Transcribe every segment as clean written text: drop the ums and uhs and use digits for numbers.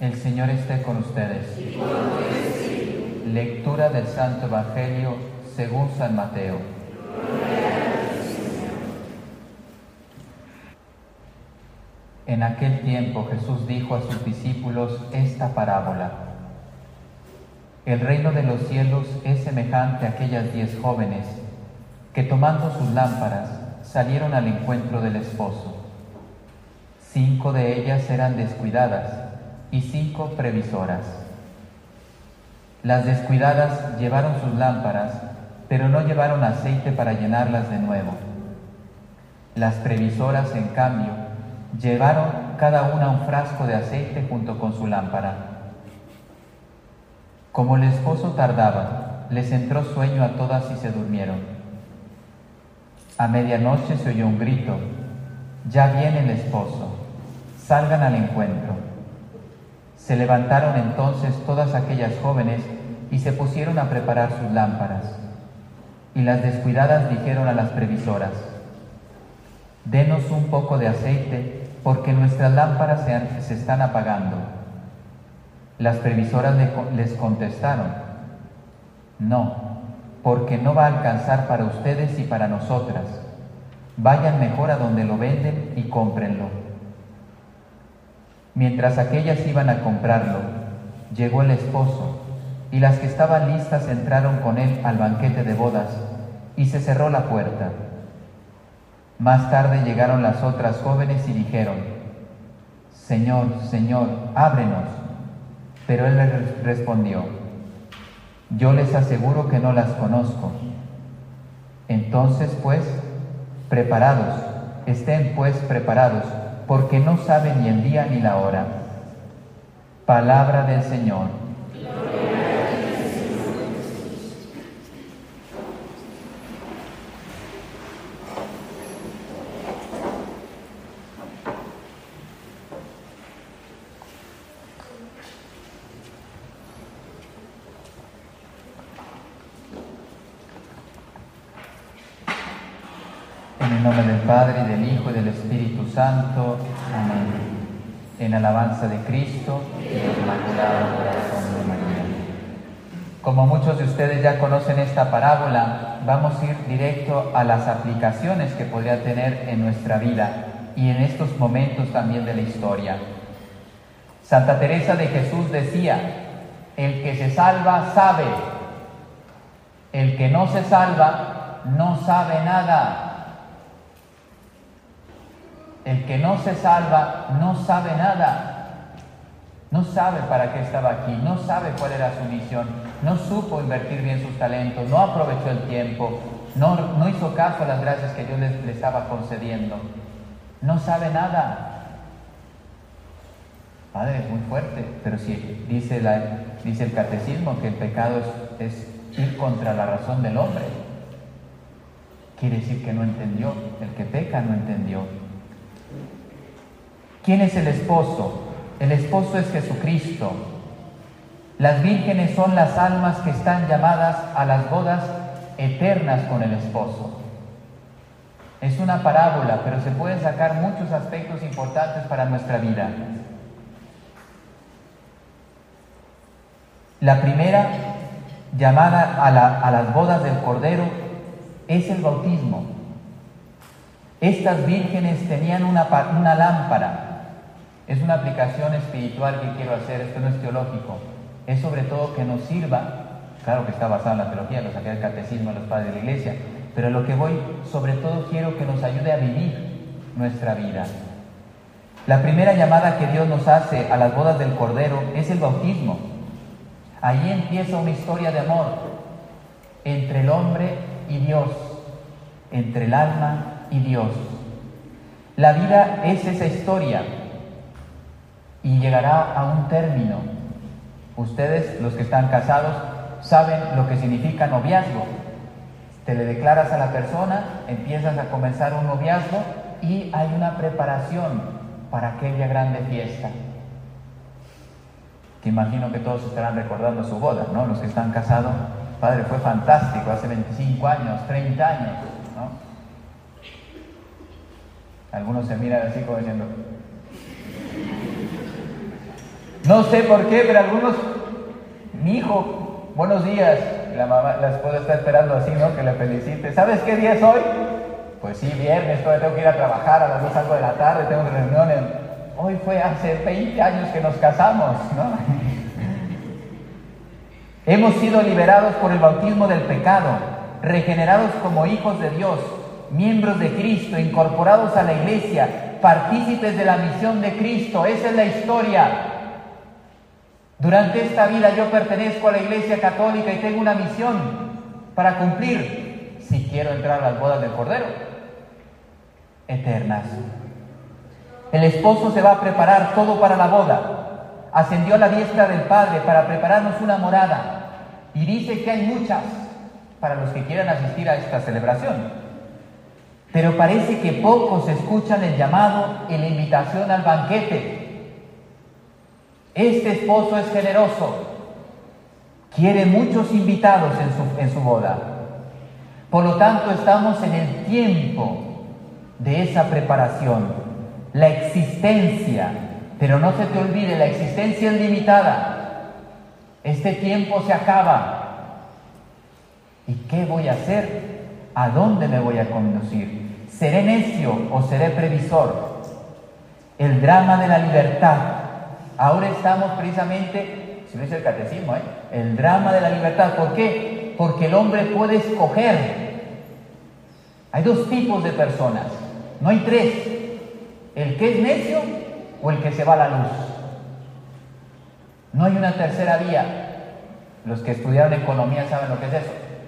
El Señor esté con ustedes. Lectura del Santo Evangelio según San Mateo. En aquel tiempo Jesús dijo a sus discípulos esta parábola. El reino de los cielos es semejante a aquellas 10 jóvenes que tomando sus lámparas salieron al encuentro del esposo. 5 de ellas eran descuidadas y 5 previsoras. Las descuidadas llevaron sus lámparas, pero no llevaron aceite para llenarlas de nuevo. Las previsoras, en cambio, llevaron cada una un frasco de aceite junto con su lámpara. Como el esposo tardaba, les entró sueño a todas y se durmieron. A medianoche se oyó un grito: «Ya viene el esposo, salgan al encuentro». Se levantaron entonces todas aquellas jóvenes y se pusieron a preparar sus lámparas. Y las descuidadas dijeron a las previsoras: «Denos un poco de aceite, porque nuestras lámparas se están apagando». Las previsoras les contestaron: «No, porque no va a alcanzar para ustedes y para nosotras. Vayan mejor a donde lo venden y cómprenlo». Mientras aquellas iban a comprarlo, llegó el esposo, y las que estaban listas entraron con él al banquete de bodas, y se cerró la puerta. Más tarde llegaron las otras jóvenes y dijeron: «Señor, Señor, ábrenos». Pero él les respondió: «Yo les aseguro que no las conozco». Entonces, pues, estén pues preparados, porque no saben ni el día ni la hora. Palabra del Señor. En el nombre del Padre, y del Hijo, y del Espíritu Santo. Amén. En alabanza de Cristo y del Inmaculado Corazón de María. Como muchos de ustedes ya conocen esta parábola, vamos a ir directo a las aplicaciones que podría tener en nuestra vida y en estos momentos también de la historia. Santa Teresa de Jesús decía: «El que se salva sabe, el que no se salva no sabe nada». El que no se salva no sabe nada, no sabe para qué estaba aquí, no sabe cuál era su misión, no supo invertir bien sus talentos, no aprovechó el tiempo, no hizo caso a las gracias que Dios le estaba concediendo, no sabe nada. Padre, es muy fuerte, pero sí, dice el catecismo que el pecado es ir contra la razón del hombre. Quiere decir que no entendió, el que peca no entendió. ¿Quién es el esposo? El esposo es Jesucristo. Las vírgenes son las almas que están llamadas a las bodas eternas con el esposo. Es una parábola, pero se pueden sacar muchos aspectos importantes para nuestra vida. La primera llamada a las bodas del Cordero es el bautismo. Estas vírgenes tenían una lámpara. Es una aplicación espiritual que quiero hacer, esto no es teológico, es sobre todo que nos sirva, claro que está basado en la teología, lo saqué del catecismo de los padres de la Iglesia, pero lo que voy, sobre todo quiero que nos ayude a vivir nuestra vida. La primera llamada que Dios nos hace a las bodas del Cordero es el bautismo. Ahí empieza una historia de amor entre el hombre y Dios, entre el alma y Dios. La vida es esa historia y llegará a un término. Ustedes, los que están casados, saben lo que significa noviazgo. Te le declaras a la persona, empiezas a comenzar un noviazgo y hay una preparación para aquella grande fiesta. Que imagino que todos estarán recordando su boda, ¿no? Los que están casados, padre, fue fantástico, hace 25 años, 30 años, ¿no? Algunos se miran así como diciendo... No sé por qué, pero algunos, mi hijo, buenos días, la esposa está esperando así, ¿no? Que le felicite. ¿Sabes qué día es hoy? Pues sí, viernes, todavía tengo que ir a trabajar, a las 2 salgo de la tarde, tengo reuniones. Hoy fue hace 20 años que nos casamos, ¿no? Hemos sido liberados por el bautismo del pecado, regenerados como hijos de Dios, miembros de Cristo, incorporados a la iglesia, partícipes de la misión de Cristo. Esa es la historia. Durante esta vida yo pertenezco a la Iglesia Católica y tengo una misión para cumplir, si quiero entrar a las bodas del Cordero, eternas. El esposo se va a preparar todo para la boda. Ascendió a la diestra del Padre para prepararnos una morada. Y dice que hay muchas para los que quieran asistir a esta celebración. Pero parece que pocos escuchan el llamado y la invitación al banquete. Este esposo es generoso, quiere muchos invitados en su boda. Por lo tanto, estamos en el tiempo de esa preparación, la existencia, pero no se te olvide, la existencia es limitada. Este tiempo se acaba. ¿Y qué voy a hacer? ¿A dónde me voy a conducir? ¿Seré necio o seré previsor? El drama de la libertad. Ahora estamos precisamente, si no dice el catecismo, el drama de la libertad. ¿Por qué? Porque el hombre puede escoger. Hay dos tipos de personas, no hay tres: el que es necio o el que se va a la luz. No hay una tercera vía. Los que estudiaron economía saben lo que es eso.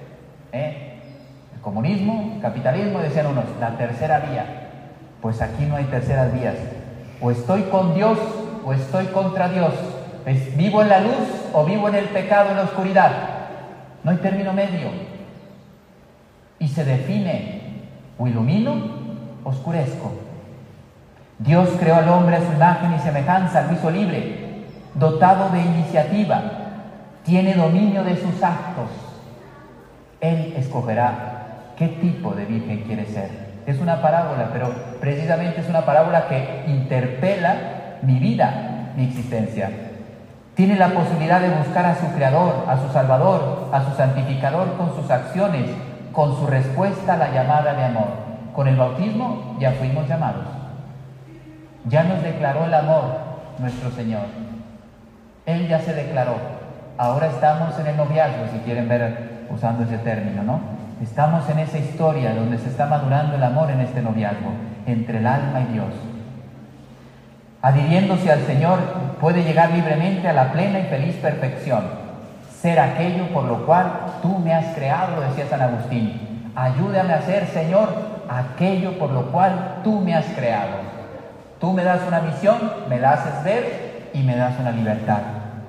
El comunismo, el capitalismo, decían unos, la tercera vía. Pues aquí no hay terceras vías. O estoy con Dios o estoy contra Dios. ¿Vivo en la luz o vivo en el pecado, en la oscuridad? No hay término medio. Y se define: o ilumino, oscurezco. Dios creó al hombre a su imagen y semejanza, lo hizo libre, dotado de iniciativa, tiene dominio de sus actos. Él escogerá qué tipo de virgen quiere ser. Es una parábola, pero precisamente es una parábola que interpela mi vida, mi existencia. Tiene la posibilidad de buscar a su Creador, a su Salvador, a su Santificador con sus acciones, con su respuesta a la llamada de amor. Con el bautismo ya fuimos llamados. Ya nos declaró el amor nuestro Señor. Él ya se declaró. Ahora estamos en el noviazgo, si quieren ver usando ese término, ¿no? Estamos en esa historia donde se está madurando el amor en este noviazgo entre el alma y Dios. Adhiriéndose al Señor puede llegar libremente a la plena y feliz perfección, ser aquello por lo cual tú me has creado, decía San Agustín. Ayúdame a ser, Señor, aquello por lo cual tú me has creado. Tú me das una misión, me la haces ver y me das una libertad.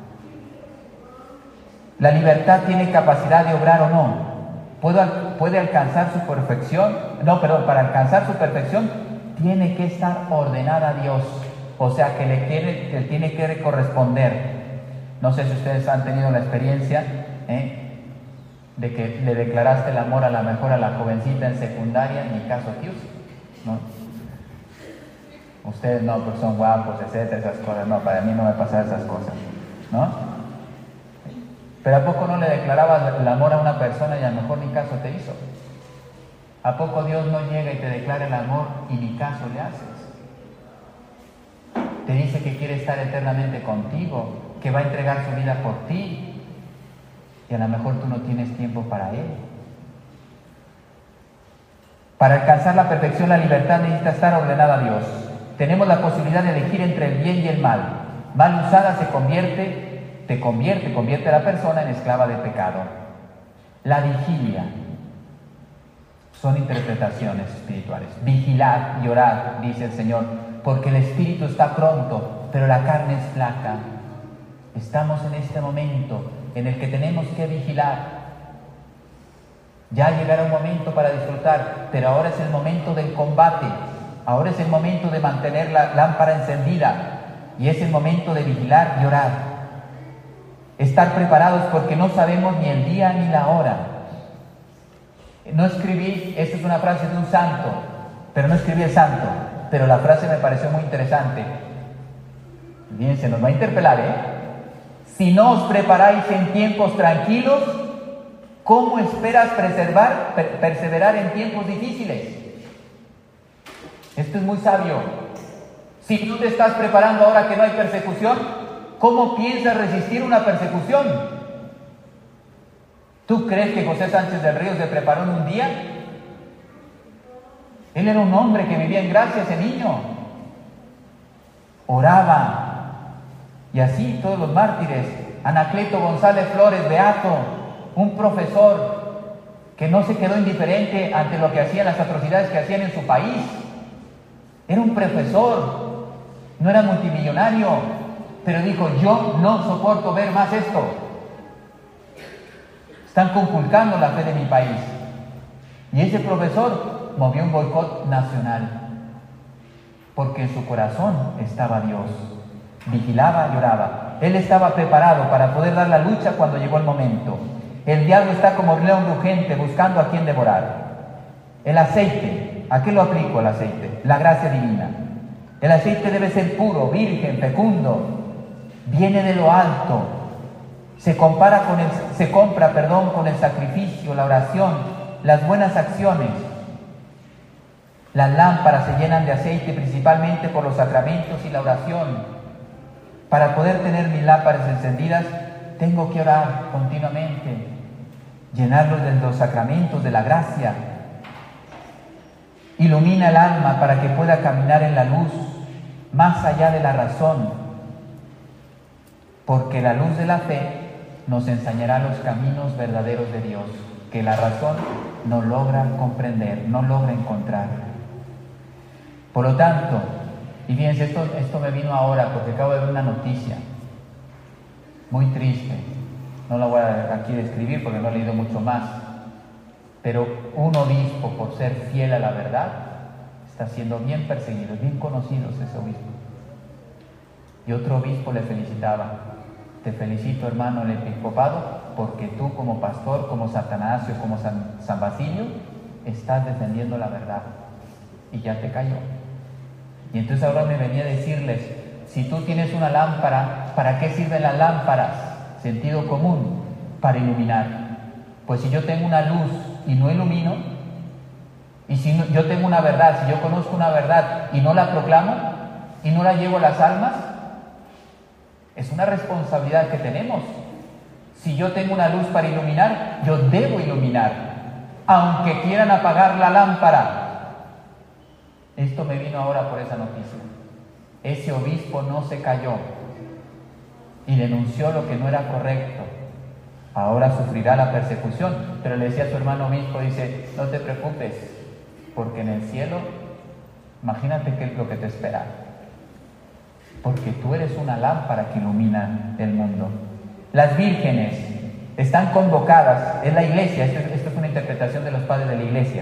La libertad tiene capacidad de obrar o no. Puede alcanzar su perfección. Para alcanzar su perfección tiene que estar ordenada a Dios. O sea, que le tiene que corresponder. No sé si ustedes han tenido la experiencia de que le declaraste el amor a la jovencita en secundaria, en mi caso Tius, ¿no? Ustedes no, porque son guapos, etcétera, esas cosas. No, para mí no me pasan esas cosas, ¿no? Pero ¿a poco no le declarabas el amor a una persona y a lo mejor ni caso te hizo? ¿A poco Dios no llega y te declara el amor y ni caso le haces? Te dice que quiere estar eternamente contigo, que va a entregar su vida por ti, y a lo mejor tú no tienes tiempo para Él. Para alcanzar la perfección, la libertad necesita estar ordenada a Dios. Tenemos la posibilidad de elegir entre el bien y el mal. Mal usada convierte a la persona en esclava del pecado. La vigilia son interpretaciones espirituales. Vigilad y orad, dice el Señor, porque el espíritu está pronto, pero la carne es flaca. Estamos en este momento en el que tenemos que vigilar. Ya llegará un momento para disfrutar, pero ahora es el momento del combate. Ahora es el momento de mantener la lámpara encendida y es el momento de vigilar y orar. Estar preparados porque no sabemos ni el día ni la hora. No escribí, esta es una frase de un santo, pero no escribí el santo, pero la frase me pareció muy interesante. Bien, se nos va a interpelar, ¿eh? Si no os preparáis en tiempos tranquilos, ¿cómo esperas perseverar en tiempos difíciles? Esto es muy sabio. Si no te estás preparando ahora que no hay persecución, ¿cómo piensas resistir una persecución? ¿Tú crees que José Sánchez del Río se preparó en un día? Él era un hombre que vivía en gracia, ese niño. Oraba. Y así todos los mártires. Anacleto González Flores, beato, un profesor que no se quedó indiferente ante lo que hacían, las atrocidades que hacían en su país. Era un profesor, no era multimillonario, pero dijo: yo no soporto ver más esto. Están conculcando la fe de mi país. Y ese profesor movió un boicot nacional, porque en su corazón estaba Dios. Vigilaba y oraba. Él estaba preparado para poder dar la lucha cuando llegó el momento. El diablo está como león rugiente buscando a quien devorar. El aceite, ¿a qué lo aplico el aceite? La gracia divina. El aceite debe ser puro, virgen, fecundo. Viene de lo alto. Se compra con el sacrificio, la oración, las buenas acciones. Las lámparas se llenan de aceite principalmente por los sacramentos y la oración. Para poder tener mis lámparas encendidas, tengo que orar continuamente, llenarlos de los sacramentos, de la gracia. Ilumina el alma para que pueda caminar en la luz, más allá de la razón, porque la luz de la fe nos enseñará los caminos verdaderos de Dios, que la razón no logra comprender, no logra encontrar. Por lo tanto, y fíjense, esto me vino ahora porque acabo de ver una noticia muy triste. No la voy a aquí describir porque no he leído mucho más. Pero un obispo, por ser fiel a la verdad, está siendo bien perseguido, bien conocido ese obispo. Y otro obispo le felicitaba: te felicito, hermano, el episcopado, porque tú como pastor, como San Atanasio, como San Basilio, estás defendiendo la verdad. Y ya te cayó. Y entonces ahora me venía a decirles: si tú tienes una lámpara, ¿para qué sirven las lámparas? Sentido común, para iluminar. Pues si yo tengo una luz y no ilumino, y si yo tengo una verdad, si yo conozco una verdad y no la proclamo, y no la llevo a las almas, es una responsabilidad que tenemos. Si yo tengo una luz para iluminar, yo debo iluminar, aunque quieran apagar la lámpara. Esto me vino ahora por esa noticia. Ese obispo no se cayó y denunció lo que no era correcto. Ahora sufrirá la persecución, pero le decía a su hermano obispo, dice: no te preocupes, porque en el cielo, imagínate qué es lo que te espera, porque tú eres una lámpara que ilumina el mundo. Las vírgenes están convocadas, es la iglesia, esto es una interpretación de los padres de la iglesia.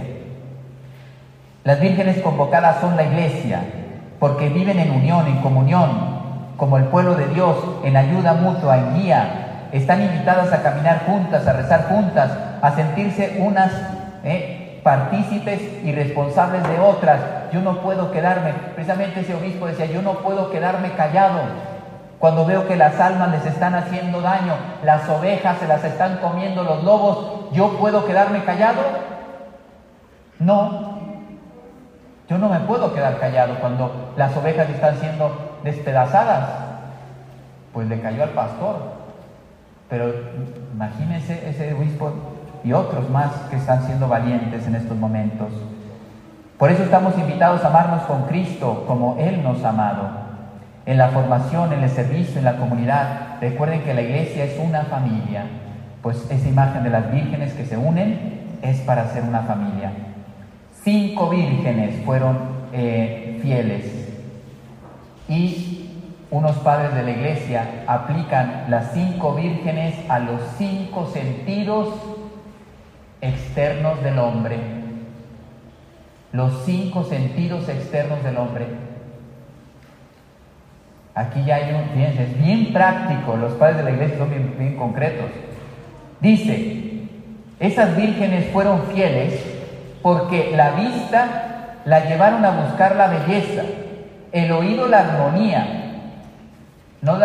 Las vírgenes convocadas son la iglesia, porque viven en unión, en comunión, como el pueblo de Dios, en ayuda mutua, en guía. Están invitadas a caminar juntas, a rezar juntas, a sentirse unas partícipes y responsables de otras. Yo no puedo quedarme, precisamente ese obispo decía: yo no puedo quedarme callado cuando veo que las almas les están haciendo daño, las ovejas se las están comiendo los lobos. ¿Yo puedo quedarme callado? No. Yo no me puedo quedar callado cuando las ovejas están siendo despedazadas. Pues le cayó al pastor. Pero imagínense ese obispo y otros más que están siendo valientes en estos momentos. Por eso estamos invitados a amarnos con Cristo como Él nos ha amado. En la formación, en el servicio, en la comunidad. Recuerden que la iglesia es una familia. Pues esa imagen de las vírgenes que se unen es para ser una familia. 5 vírgenes fueron fieles, y unos padres de la iglesia aplican las 5 vírgenes a los 5 sentidos externos del hombre. Los 5 sentidos externos del hombre. Aquí ya hay fíjense, es bien práctico, los padres de la iglesia son bien concretos. Dice: esas vírgenes fueron fieles porque la vista la llevaron a buscar la belleza, el oído la armonía, no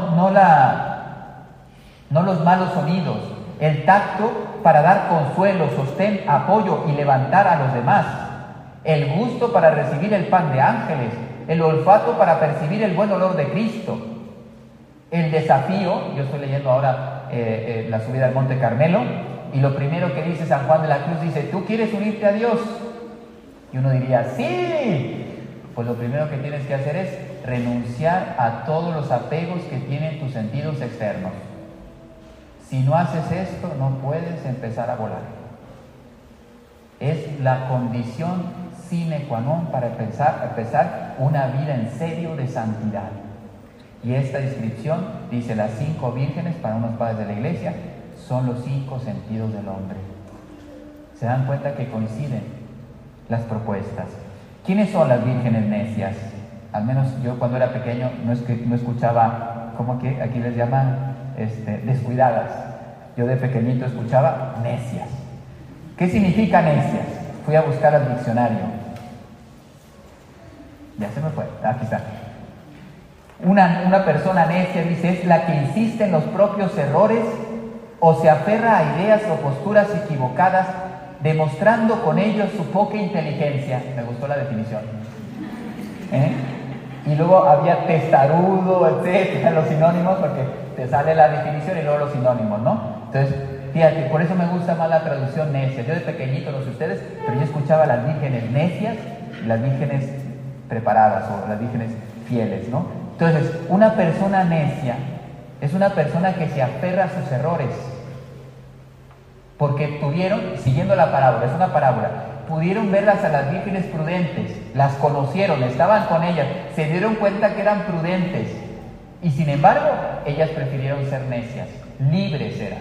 los malos sonidos, el tacto para dar consuelo, sostén, apoyo y levantar a los demás, el gusto para recibir el pan de ángeles, el olfato para percibir el buen olor de Cristo, el desafío. Yo estoy leyendo ahora la subida al Monte Carmelo, y lo primero que dice San Juan de la Cruz, dice: ¿tú quieres unirte a Dios? Y uno diría: sí. Pues lo primero que tienes que hacer es renunciar a todos los apegos que tienen tus sentidos externos. Si no haces esto, no puedes empezar a volar. Es la condición sine qua non para empezar una vida en serio de santidad. Y esta descripción dice: las 5 vírgenes, para unos padres de la Iglesia, son los 5 sentidos del hombre. Se dan cuenta que coinciden las propuestas. ¿Quiénes son las vírgenes necias? Al menos yo cuando era pequeño no escuchaba, ¿cómo que aquí les llaman? Descuidadas. Yo de pequeñito escuchaba necias. ¿Qué significa necias? Fui a buscar al diccionario. Ya se me fue, aquí está. Una persona necia, dice, es la que insiste en los propios errores o se aferra a ideas o posturas equivocadas, demostrando con ello su poca inteligencia. Me gustó la definición. Y luego había testarudo, etcétera, los sinónimos, porque te sale la definición y luego los sinónimos, ¿no? Entonces, fíjate, por eso me gusta más la traducción necia. Yo de pequeñito, no sé ustedes, pero yo escuchaba las vírgenes necias y las vírgenes preparadas o las vírgenes fieles, ¿no? Entonces, una persona necia es una persona que se aferra a sus errores, porque siguiendo la parábola, es una parábola, pudieron verlas a las vírgenes prudentes, las conocieron, estaban con ellas, se dieron cuenta que eran prudentes, y sin embargo, ellas prefirieron ser necias, libres eran.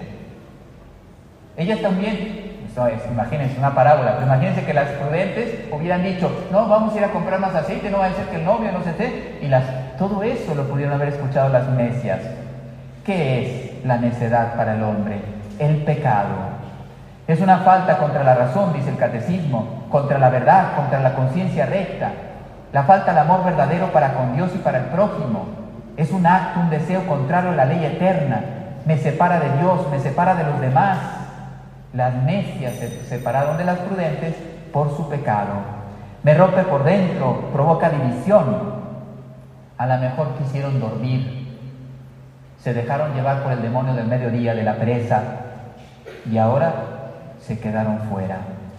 Ellas también, imagínense una parábola, pero imagínense que las prudentes hubieran dicho: no, vamos a ir a comprar más aceite, no va a ser que el novio no se esté, y todo eso lo pudieron haber escuchado las necias. ¿Qué es la necedad para el hombre? El pecado. Es una falta contra la razón, dice el catecismo, contra la verdad, contra la conciencia recta. La falta de amor verdadero para con Dios y para el prójimo. Es un acto, un deseo contrario a la ley eterna. Me separa de Dios, me separa de los demás. Las necias se separaron de las prudentes por su pecado. Me rompe por dentro, provoca división. A lo mejor quisieron dormir. Se dejaron llevar por el demonio del mediodía, de la pereza, y ahora se quedaron fuera.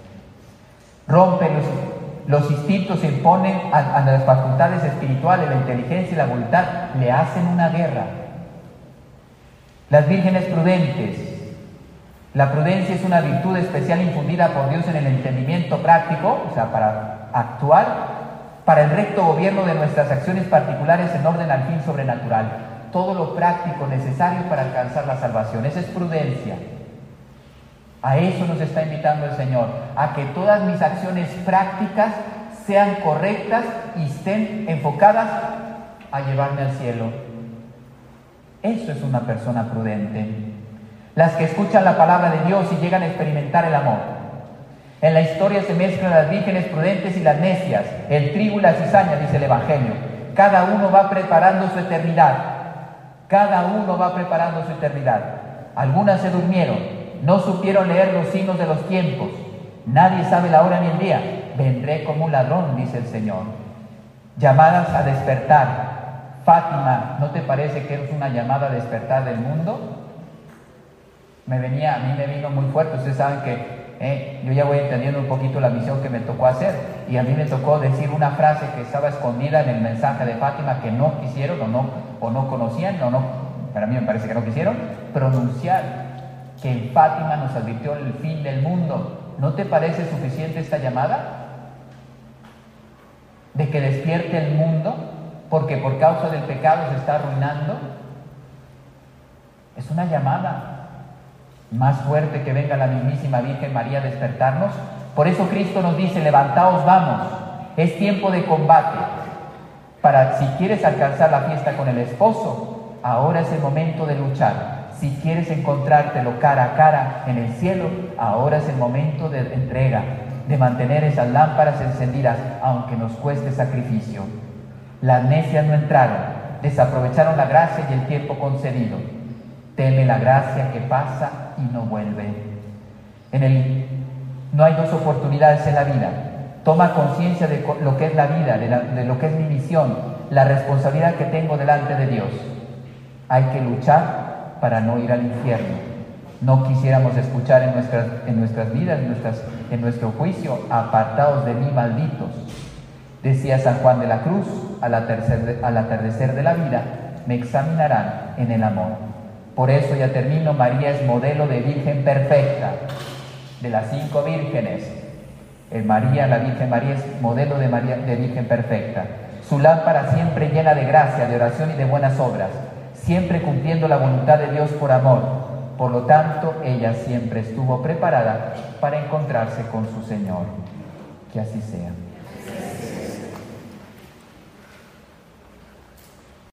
Rompe los instintos, se imponen a las facultades espirituales, la inteligencia y la voluntad, le hacen una guerra. Las vírgenes prudentes. La prudencia es una virtud especial infundida por Dios en el entendimiento práctico, o sea, para actuar, para el recto gobierno de nuestras acciones particulares en orden al fin sobrenatural. Todo lo práctico necesario para alcanzar la salvación. Esa es prudencia. A eso nos está invitando el Señor, a que todas mis acciones prácticas sean correctas y estén enfocadas a llevarme al cielo. Eso es una persona prudente. Las que escuchan la palabra de Dios y llegan a experimentar el amor. En la historia se mezclan las vírgenes prudentes y las necias, el trigo y la cizaña, dice el Evangelio. Cada uno va preparando su eternidad. Cada uno va preparando su eternidad. Algunas se durmieron, no supieron leer los signos de los tiempos. Nadie sabe la hora ni el día. Vendré como un ladrón, dice el Señor. Llamadas a despertar. Fátima, ¿no te parece que es una llamada a despertar del mundo? A mí me vino muy fuerte. Ustedes saben que yo ya voy entendiendo un poquito la misión que me tocó hacer, y a mí me tocó decir una frase que estaba escondida en el mensaje de Fátima, que no quisieron o no conocían, para mí me parece que no quisieron pronunciar, que en Fátima nos advirtió el fin del mundo. ¿No te parece suficiente esta llamada? De que despierte el mundo, porque por causa del pecado se está arruinando. Es una llamada más fuerte que venga la mismísima Virgen María a despertarnos. Por eso Cristo nos dice: levantaos, vamos, es tiempo de combate. Si quieres alcanzar la fiesta con el esposo, ahora es el momento de luchar. Si quieres encontrártelo cara a cara en el cielo, ahora es el momento de entrega, de mantener esas lámparas encendidas, aunque nos cueste sacrificio. Las necias no entraron, desaprovecharon la gracia y el tiempo concedido. Teme la gracia que pasa y no vuelve. No hay dos oportunidades en la vida. Toma conciencia de lo que es la vida, de lo que es mi misión, la responsabilidad que tengo delante de Dios. Hay que luchar para no ir al infierno. No quisiéramos escuchar en nuestras vidas, en nuestro juicio, apartados de mí, malditos. Decía San Juan de la Cruz, al atardecer de la vida, me examinarán en el amor. Por eso, ya termino, María es modelo de virgen perfecta. De las 5 vírgenes, la Virgen María es modelo de virgen perfecta. Su lámpara siempre llena de gracia, de oración y de buenas obras, siempre cumpliendo la voluntad de Dios por amor. Por lo tanto, ella siempre estuvo preparada para encontrarse con su Señor. Que así sea.